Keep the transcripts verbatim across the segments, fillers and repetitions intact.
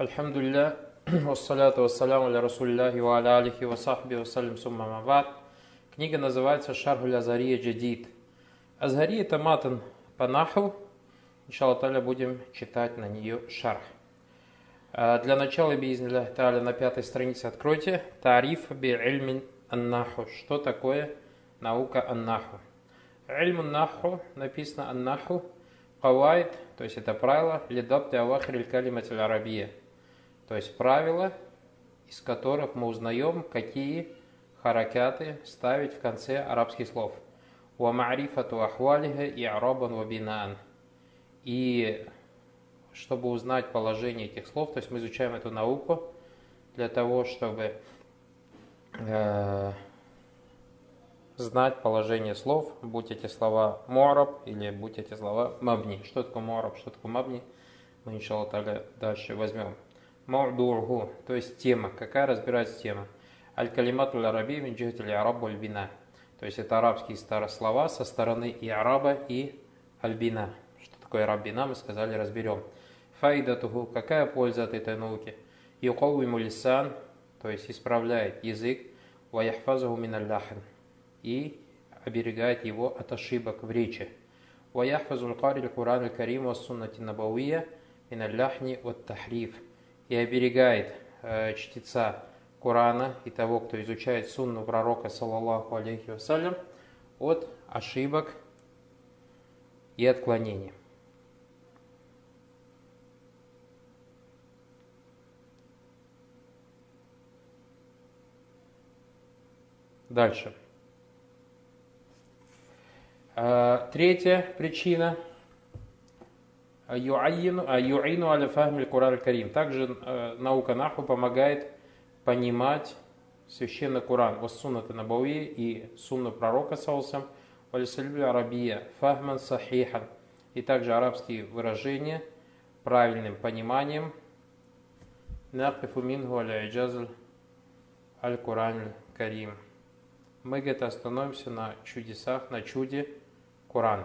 Альхамдулилля, вассаляту вассаляму аля расулилляхи ва аля алихи ва сахби вассалям сумма мабад. Книга называется «Шархуль Азария Джадид». Азари – это матан по наху. Иншаллах та'аля будем читать на нее шарх. Для начала, биизнилляхи та'аля, на пятой странице откройте «Тариф би ильмин ан-наху». Что такое наука ан-наху? Ильмун наху, написано ан-наху, кавайд, то есть это правило, лидабти авахриль калиматиль арабия. То есть правила, из которых мы узнаем, какие харакяты ставить в конце арабских слов. Ва ма'рифату ахвалиха и арабан ва бинаан. И чтобы узнать положение этих слов, то есть мы изучаем эту науку для того, чтобы э, знать положение слов, будь эти слова му'раб или будь эти слова мабни. Что такое му'раб, что такое мабни, мы, иншаллах та'аля, дальше возьмем. Ма'дургу, то есть тема. Какая разбирается тема? Аль-калимату л-араби мин джихати л-араб аль-бина. То есть это арабские слова со стороны и араба, и аль-бина. Что такое араб-бина, мы сказали, разберем. Фаидатуху, какая польза от этой науки? Юкауиму лисан, то есть исправляет язык, ва яхфазуху мин аль-лахн, и оберегает его от ошибок в речи. Ва яхфазу л-кари л-Куран аль-Карим ва суннати набавия мин аль-лахни ват тахриф. И оберегает э, чтеца Корана и того, кто изучает сунну пророка, саллаллаху алейхи вассалям, от ошибок и отклонений. Дальше. Э, третья причина. Ю'ину аля фахмиль Куран аль-Карим. Также э, наука наху помогает понимать священный Куран, вассунната набауи и сунну пророка саллаллаху алейхи арабия фахман сахихан, и также арабские выражения правильным пониманием. Нақифу минху аля иджазль аль-Куран аль-Карим. Мы где-то остановимся на чудесах, на чуде Курана.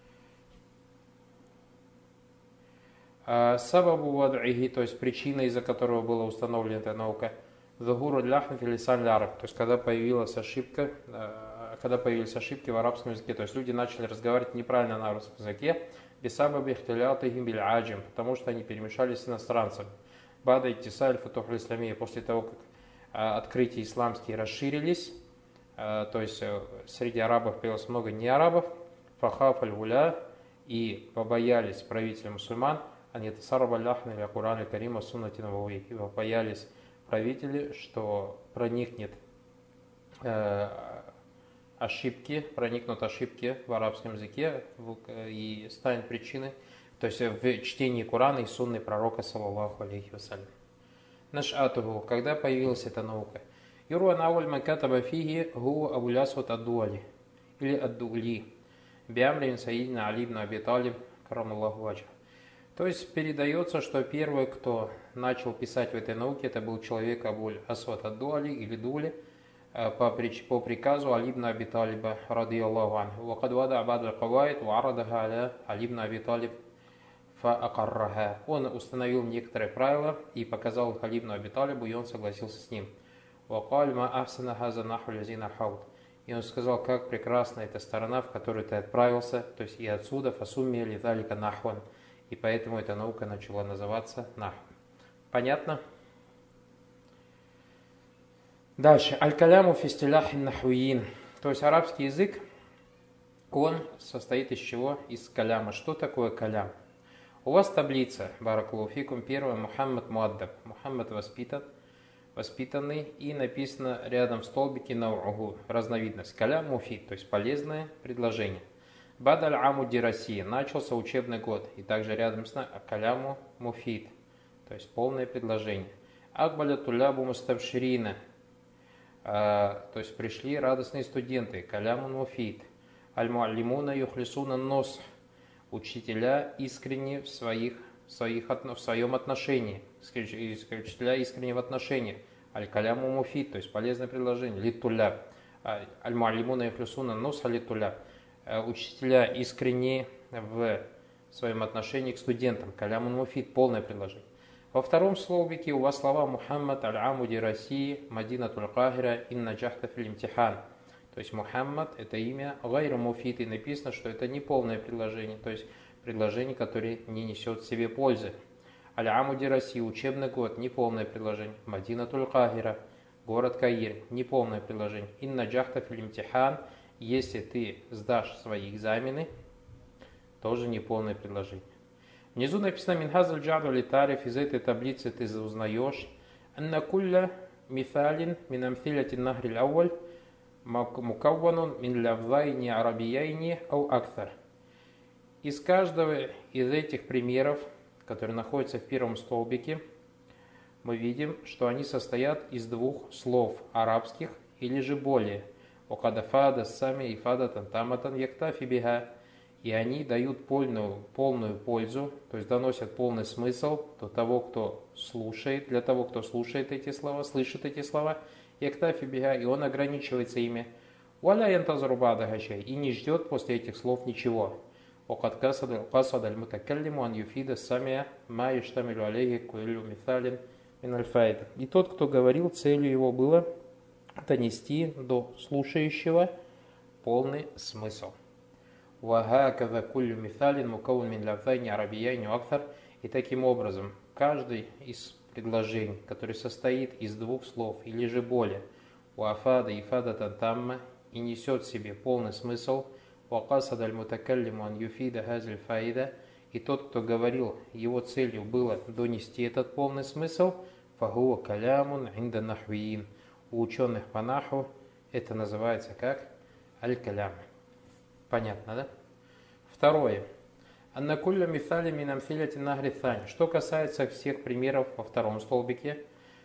Сабабу вад'ихи, то есть причина, из-за которого была установлена эта наука, захуру ляхн филисан ляраб, то есть когда появилась ошибка, когда появились ошибки в арабском языке, то есть люди начали разговаривать неправильно на арабском языке, бисабаби ихтилятихим биль аджим, потому что они перемешались с иностранцами. Бада иттисаль футух исламия, после того, как открытия исламские расширились, то есть среди арабов появилось много неарабов, фахаф аль-гуля, и побоялись правители мусульман, они это сарабалляхна или Куран и Карима суннати набауи, и боялись правители, что проникнет э, ошибки, проникнут ошибки в арабском языке в, и станет причиной, то есть в чтении Курана и сунны пророка, саллаллаху алейхи вассалям. Наш'атуху, когда появилась эта наука? Юруан ауль макатаба фиги гу абулясват аддуали или аддули биамрин саидина Али ибн Аби Талиб карамаллаху ваджа. То есть передается, что первый, кто начал писать в этой науке, это был человек Абуль Асват ад-Дуали или Дули по, по приказу Али ибн Аби Талиба ради Аллаху анху. Вакад вада абад аль-кавайд ва арадаха аля Али ибн Аби Талиб фа акарраха. Он установил некоторые правила и показал их Али ибн Аби Талибу, и он согласился с ним. Вакаль ма ахсана хаза наху лязина хауд. И он сказал, как прекрасна эта сторона, в которую ты отправился, то есть и отсюда фасумми лидалика нахван. И поэтому эта наука начала называться нахв. Понятно? Дальше. Аль-каляму фистиляхин нахуин. То есть арабский язык, он состоит из чего? Из каляма. Что такое калям? У вас таблица, баракулуфикум, первая, Мухаммад муаддаб. Мухаммад воспитан, воспитанный, и написано рядом в столбике наугу, разновидность. Калям муфид, то есть полезное предложение. Бадаль аму дираси, начался учебный год, и также рядом с каляму муфид, то есть полное предложение. Акбаля тулябу муставширина, то есть пришли радостные студенты, каляму муфид. Аль-муаллимуна юхлисуна нос, учителя искренне в, своих, в, своих, в своем отношении, учителя искренне в отношении. Аль-каляму муфид, то есть полезное предложение. Литуляб, аль-муаллимуна юхлисуна нос, литуляб. Учителя искренне в своем отношении к студентам. Калямун муфид, полное предложение. Во втором столбике у вас слова Мухаммад аль-Амуди России, Мадинатуль Кахира, инна джахта фил имтихан. То есть Мухаммад это имя гайру муфид, и написано, что это не полное предложение, то есть предложение, которое не несет в себе пользы. Аль-Амуди России, учебный год, неполное предложение. Мадинатуль Кахира, город Каир, неполное предложение. Инна джахта фил имтихан, если ты сдашь свои экзамены, тоже неполное предложение. Внизу написано «Минхазаль джаду литариф», из этой таблицы ты узнаешь «Анна кулля мифалин мин амфилятин нахрил ауаль мукавванун мин лавзайни арабияйни ау акthар». Из каждого из этих примеров, которые находятся в первом столбике, мы видим, что они состоят из двух слов арабских или же более. «Окадафада сами и фада тантаматан яктафи биха». И они дают полную, полную пользу, то есть доносят полный смысл до того, кто слушает, для того, кто слушает эти слова, слышит эти слова, яктафи биха, и он ограничивается ими. Валя янтазрубада гачай, и не ждет после этих слов ничего. Окад касадаль мутакаллиму ан юфида самия ма юштамилю алейхи куиллю миталин мин альфайда. И тот, кто говорил, целью его было донести до слушающего полный смысл. وَهَكَذَا كُلُّ مِثَالٍ مُكَوْنٍ مِنْ لَفْظَيْنِ عَرَبِيَّيْنِ وَأَكْثَرٍ. И таким образом, каждый из предложений, который состоит из двух слов или же более, وَأَفَادَ إِفَادَةً تَامَّةً, и несет в себе полный смысл, وَقَصَدَ الْمُتَكَلِّمُ أَنْ يُفِيدَ هَذِهِ الْفَائِدَةَ, и тот, кто говорил, его целью было донести этот полный смысл, فَهُوَ كَلَامٌ عِنْدَ النَّحْوِيِّينَ. У ученых по наху это называется как аль-калям. Понятно, да? Второе. Анна кулля мифали мин амфиляти нахри thani. Что касается всех примеров во втором столбике,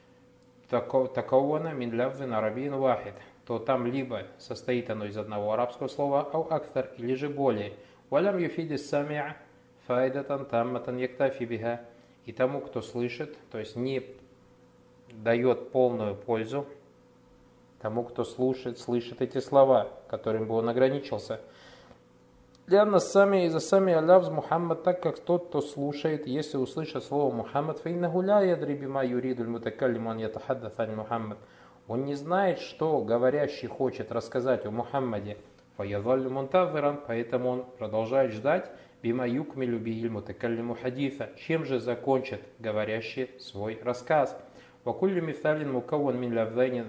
такована мин лавзин арабиин вахид, то там либо состоит оно из одного арабского слова, ау акthar, или же более. Валям юфиди самиа файдатан тамматан яктафи биха. И тому, кто слышит, то есть не дает полную пользу, тому, кто слушает, слышит эти слова, которым бы он ограничился. Для нас сами из-за сами алявз Мухаммад, так как тот, кто слушает, если услышит слово Мухаммад, фаиннаху ля ядри бима юридуль мутакаллиму ан ятахаддас ан Мухаммад. Он не знает, что говорящий хочет рассказать о Мухаммаде. Фаядаллю мунтазиран, поэтому он продолжает ждать бима юкмилю бихиль мутакаллиму хадиса. Чем же закончит говорящий свой рассказ? Вакуллю мифталин мукавван мин лавзин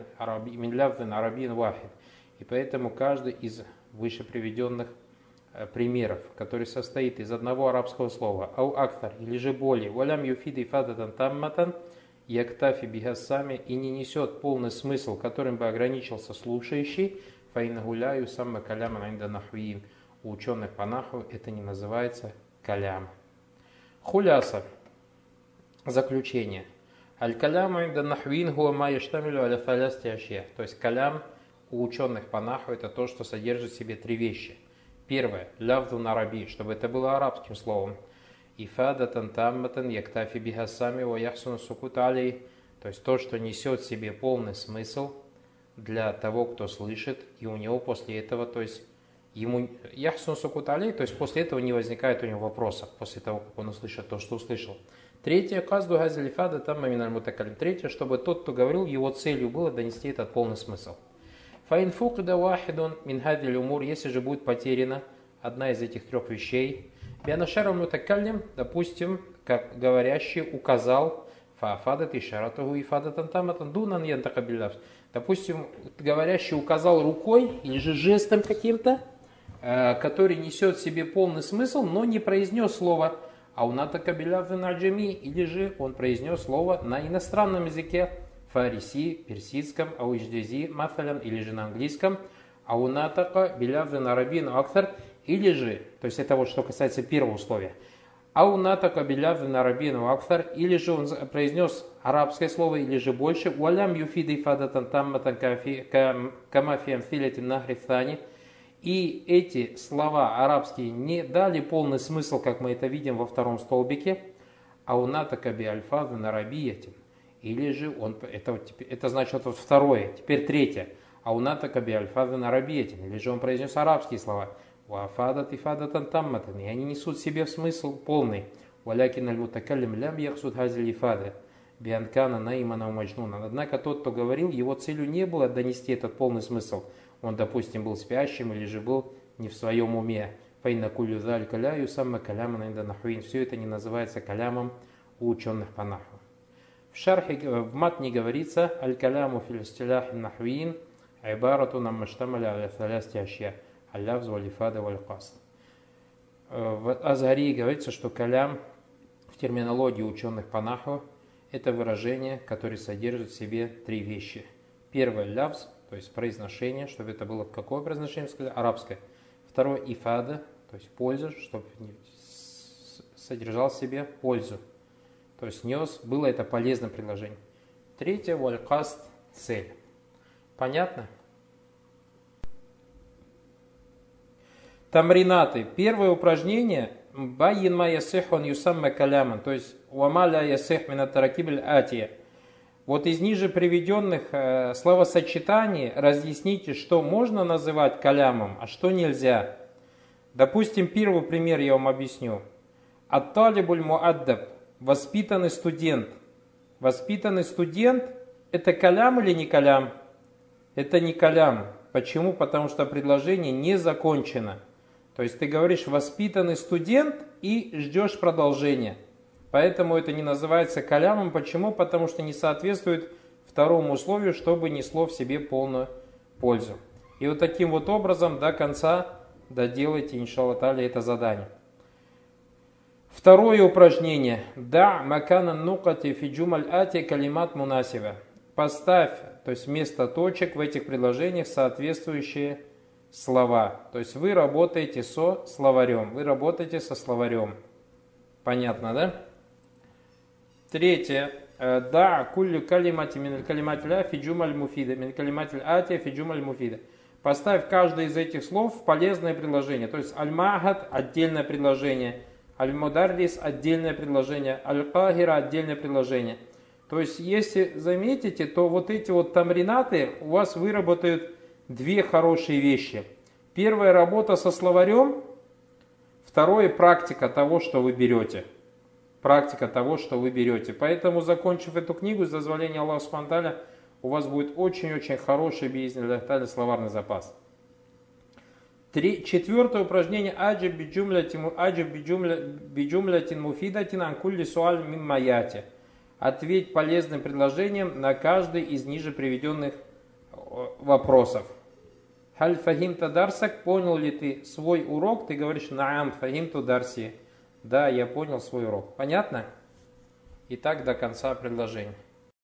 арабин вахид. И поэтому каждый из выше приведенных примеров, который состоит из одного арабского слова, ау акthar, или же более, валям юфиди фадатан тамматан, яктафи бихассами, и не несет полный смысл, которым бы ограничился слушающий, фаинагуляю самма каляман инда нахвиин. У ученых по наху это не называется калям. Хуляса. Заключение. Аль-каляму инда нахвиин хуа ма яштамилю аля фалясти ашья. То есть калям у ученых по наху это то, что содержит в себе три вещи. Первое. Лавдун араби, чтобы это было арабским словом. Ифадатан тамматан яктафи бихасами ва яхсуну сукут алей. То есть то, что несет в себе полный смысл для того, кто слышит, и у него после этого, то есть ему яхсуну сукут алей, то есть после этого не возникает у него вопросов, после того, как он услышит то, что услышал. Третье. Казду газалифада тамма миналь мутакалим. Третье, чтобы тот, кто говорил, его целью было донести этот полный смысл. Фаин фукда вахидун мин хадиль умур, если же будет потеряна одна из этих трех вещей, бианашару мутакаллим, допустим, как говорящий указал, фаафадат ишаратуху и фадатан таматан дунан янтакабиллавс. Допустим, говорящий указал рукой или же жестом каким-то, который несет в себе полный смысл, но не произнес слово ауната кабиллавс на аджами, или же он произнес слово на иностранном языке, фариси, персидском, ауиждези, мафалян, или же на английском, аунатака, билявден, арабин, акthar, или же, то есть это вот что касается первого условия, аунатака, билявден, арабин, акthar, или же он произнес арабское слово, или же больше, уалям юфиды фадатан тамматан камафиам филятин нахрифтани, и эти слова арабские не дали полный смысл, как мы это видим во втором столбике, аунатака, би альфаден, арабиятин. Или же он, это, вот, это значит вот второе, теперь третье. Ауната каби альфаден арабиятин. Или же он произнес арабские слова. Уафадат и фадатан тамматан. И они несут в себе смысл полный. «Валякин аль-мутакаллим лям яхсуд хазиль ифада, бианкана наимана у маджнуна». Однако тот, кто говорил, его целью не было донести этот полный смысл. Он, допустим, был спящим или же был не в своем уме. «Файна кулю залька ля юсамма каляман инда нахуин». Все это не называется калямом у ученых по наху. В шархе, в матне говорится: «Аль-каляму фил истилахи нахуин айбарату нам маштамаля аля салясти ашья аль-лавз валифада валь-каст». В Азгарии говорится, что калям в терминологии ученых по наху это выражение, которое содержит в себе три вещи. Первое — лавз, то есть произношение, чтобы это было какое произношение, сказали, арабское. Второе — ифада, то есть польза, чтобы содержал в себе пользу. То есть нес, было это полезным предложением. Третье — валь-каст, цель. Понятно? Тамринаты. Первое упражнение. Байин ма ясих он юсамма каляман. То есть уама ля ясих мина таракибель атия. Вот из ниже приведенных э, словосочетаний разъясните, что можно называть калямом, а что нельзя. Допустим, первый пример я вам объясню. Ат-талибуль муаддаб. Воспитанный студент. Воспитанный студент — это калям или не калям? Это не калям. Почему? Потому что предложение не закончено. То есть ты говоришь «воспитанный студент» и ждешь продолжения. Поэтому это не называется калямом. Почему? Потому что не соответствует второму условию, чтобы несло в себе полную пользу. И вот таким вот образом до конца доделайте, иншаллах та'аля, это задание. Второе упражнение. Да макана нукати фи джумаль ати калимат мунасива. Поставь, то есть вместо точек в этих предложениях соответствующие слова. То есть вы работаете со словарем. Вы работаете со словарем. Понятно, да? Третье. Да куллю калимати мин калимат ля фи джумаль муфида. Мин калимат ати фи джумаль муфида. Поставь каждое из этих слов в полезное предложение. То есть аль-махад — отдельное предложение. Аль-мударрис — отдельное предложение. Аль-кахира — отдельное предложение. То есть, если заметите, то вот эти вот тамринаты у вас выработают две хорошие вещи. Первая — работа со словарем. Второе — практика того, что вы берете. Практика того, что вы берете. Поэтому, закончив эту книгу, с дозволения Аллаха субхану ва тааля, у вас будет очень-очень хороший биизниллахи та'аля словарный запас. Три, четвертое упражнение. Аджиб биджумлятин муфидатин анкулли суаль миммаяти. Ответь полезным предложением на каждый из ниже приведенных вопросов. Халь фахимта дарсак. Понял ли ты свой урок? Ты говоришь наам фахимту дарси. Да, я понял свой урок. Понятно? И так до конца предложения.